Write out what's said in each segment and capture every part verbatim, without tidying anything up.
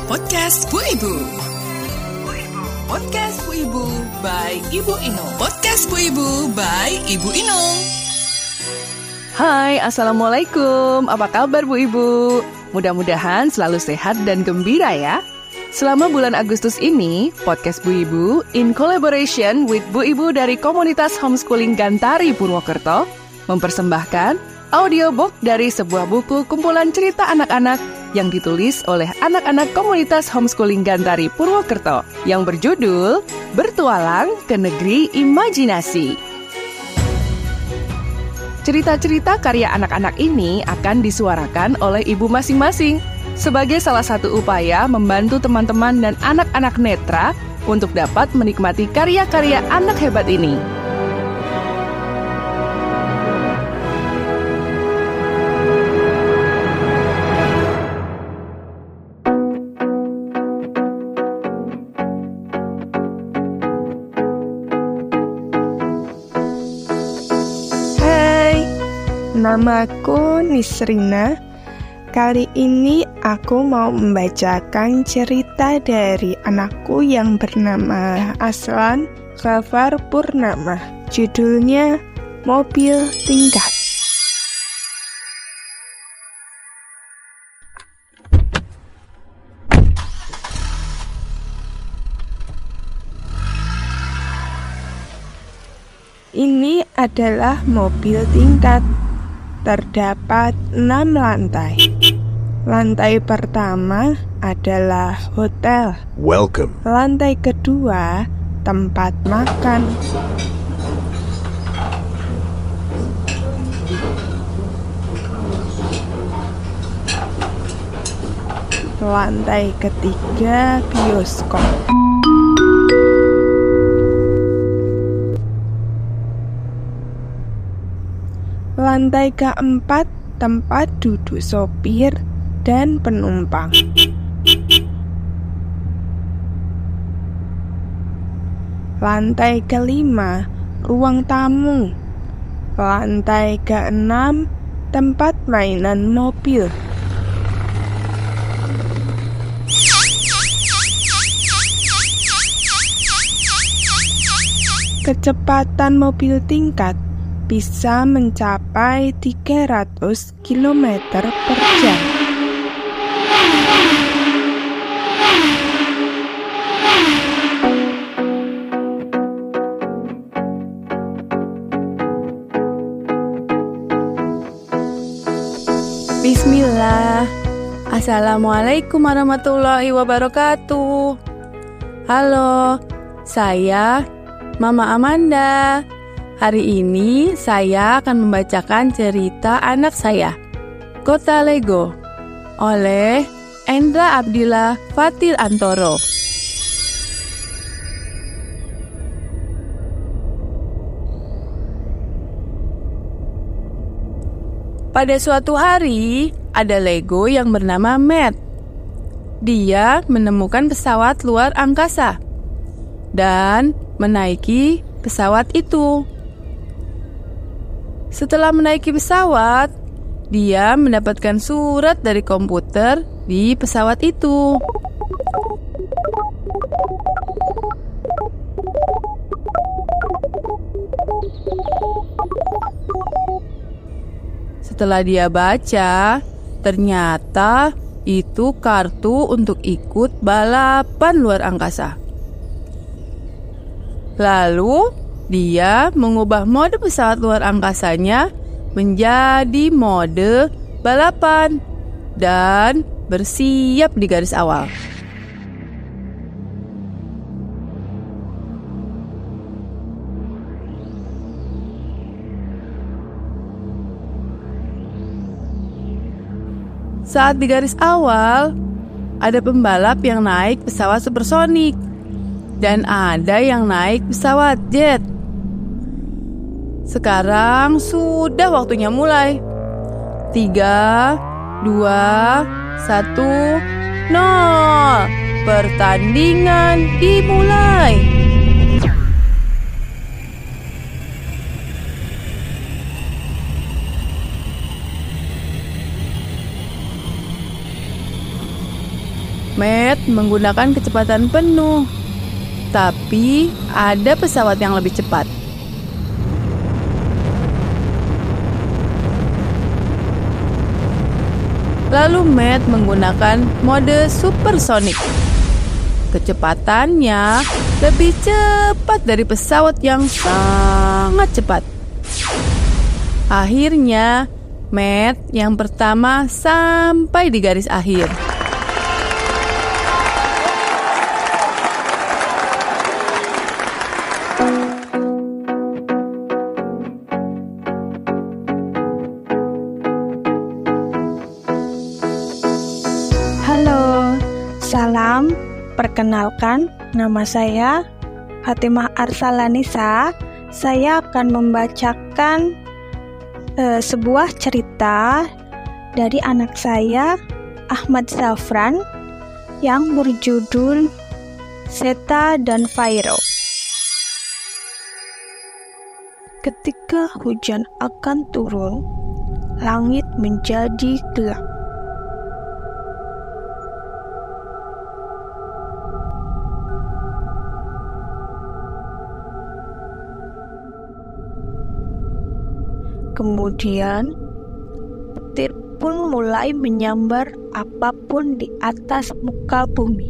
Podcast Bu Ibu. Podcast Bu Ibu by Ibu Inung. Podcast Bu Ibu by Ibu Inung. Hai, Assalamualaikum. Apa kabar Bu Ibu? Mudah-mudahan selalu sehat dan gembira ya. Selama bulan Agustus ini, Podcast Bu Ibu in collaboration with Bu Ibu dari komunitas homeschooling Gantari Purwokerto mempersembahkan audiobook dari sebuah buku kumpulan cerita anak-anak yang ditulis oleh anak-anak komunitas homeschooling Gantari Purwokerto yang berjudul Bertualang ke Negeri Imajinasi. Cerita-cerita karya anak-anak ini akan disuarakan oleh ibu masing-masing sebagai salah satu upaya membantu teman-teman dan anak-anak netra untuk dapat menikmati karya-karya anak hebat ini. Namaku Nisrina. Kali ini aku mau membacakan cerita dari anakku yang bernama Aslan Ghaffar Purnama. Judulnya Mobil Tingkat. Ini adalah mobil tingkat. Terdapat enam lantai. Lantai pertama adalah hotel. Welcome. Lantai kedua tempat makan. Lantai ketiga bioskop. Lantai keempat tempat duduk sopir dan penumpang. Lantai kelima ruang tamu. Lantai keenam tempat mainan mobil. Kecepatan mobil tingkat bisa mencapai tiga ratus kilometer per jam. Bismillah. Assalamualaikum warahmatullahi wabarakatuh. Halo, saya Mama Amanda. Hari ini saya akan membacakan cerita anak saya, Kota Lego, oleh Endra Abdillah Fatil Antoro. Pada suatu hari, ada Lego yang bernama Matt. Dia menemukan pesawat luar angkasa dan menaiki pesawat itu. Setelah menaiki pesawat, dia mendapatkan surat dari komputer di pesawat itu. Setelah dia baca, ternyata itu kartu untuk ikut balapan luar angkasa. Lalu dia mengubah mode pesawat luar angkasanya menjadi mode balapan dan bersiap di garis awal. Saat di garis awal, ada pembalap yang naik pesawat supersonik dan ada yang naik pesawat jet. Sekarang sudah waktunya mulai. Tiga, dua, satu, nol. Pertandingan dimulai. Matt menggunakan kecepatan penuh, tapi ada pesawat yang lebih cepat. Lalu Matt menggunakan mode supersonik. Kecepatannya lebih cepat dari pesawat yang sangat cepat. Akhirnya, Matt yang pertama sampai di garis akhir. Halo, salam. Perkenalkan, nama saya Fatimah Arsalanisa. Saya akan membacakan uh, sebuah cerita dari anak saya, Ahmad Zafran, yang berjudul Zeta dan Fairo. Ketika hujan akan turun, langit menjadi gelap. Kemudian, petir pun mulai menyambar apapun di atas muka bumi.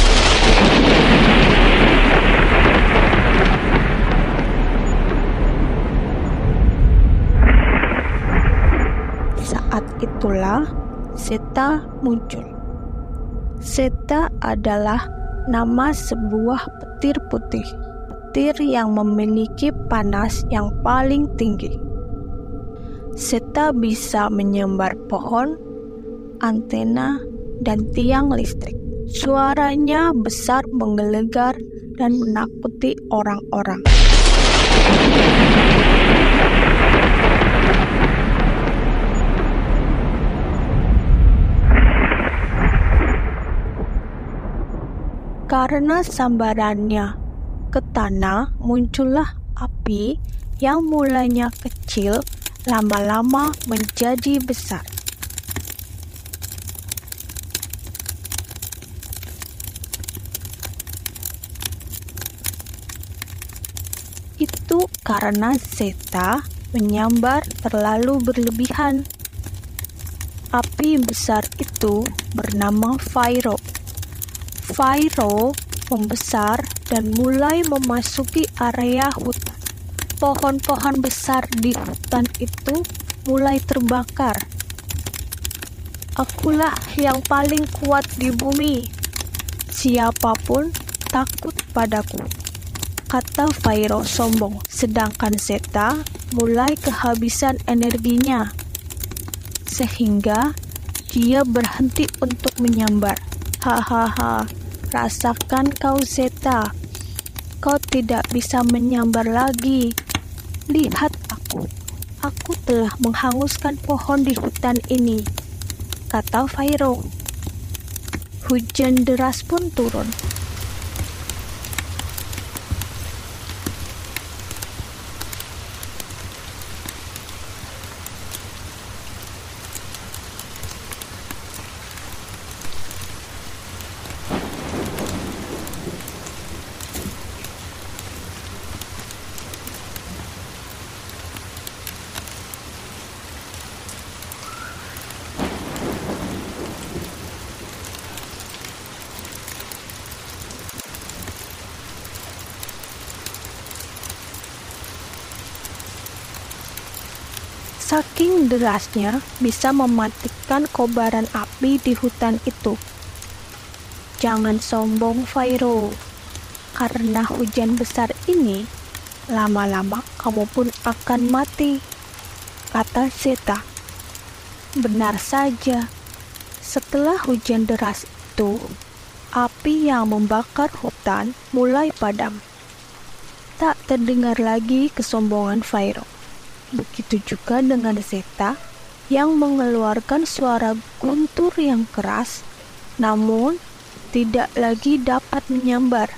Saat itulah Zeta muncul. Zeta adalah nama sebuah petir putih, petir yang memiliki panas yang paling tinggi. Zeta bisa menyambar pohon, antena, dan tiang listrik. Suaranya besar menggelegar dan menakuti orang-orang. Karena sambarannya ke tanah, muncullah api yang mulanya kecil lama-lama menjadi besar. Itu karena Zeta menyambar terlalu berlebihan. Api besar itu bernama Fairo. Fairo membesar dan mulai memasuki area hutan. Pohon-pohon besar di hutan itu mulai terbakar. Akulah yang paling kuat di bumi. Siapapun takut padaku, kata Fairo sombong. Sedangkan Zeta mulai kehabisan energinya, sehingga dia berhenti untuk menyambar. Hahaha, rasakan kau Zeta. Kau tidak bisa menyambar lagi. Lihat aku, aku telah menghanguskan pohon di hutan ini, kata Fairo. Hujan deras pun turun. Saking derasnya bisa mematikan kobaran api di hutan itu. Jangan sombong Fairo, karena hujan besar ini lama-lama kamu pun akan mati, kata Zeta. Benar saja, setelah hujan deras itu, api yang membakar hutan mulai padam. Tak terdengar lagi kesombongan Fairo. Begitu juga dengan Zeta yang mengeluarkan suara guntur yang keras, namun tidak lagi dapat menyambar.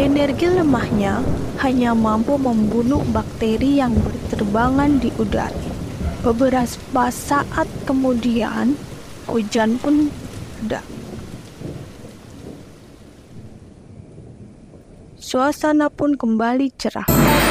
Energi lemahnya hanya mampu membunuh bakteri yang berterbangan di udara. Beberapa saat kemudian, hujan pun reda. Suasana pun kembali cerah.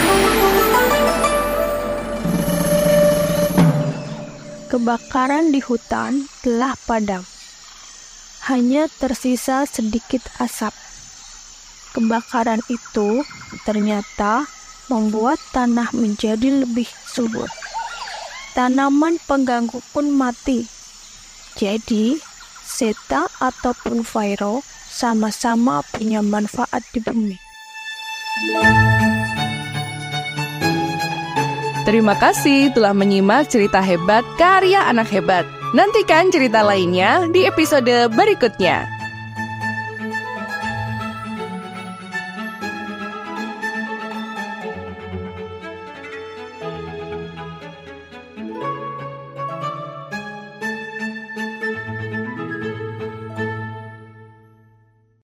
Kebakaran di hutan telah padam. Hanya tersisa sedikit asap. Kebakaran itu ternyata membuat tanah menjadi lebih subur. Tanaman pengganggu pun mati. Jadi, Seta ataupun Fairo sama-sama punya manfaat di bumi. Terima kasih telah menyimak cerita hebat karya anak hebat. Nantikan cerita lainnya di episode berikutnya.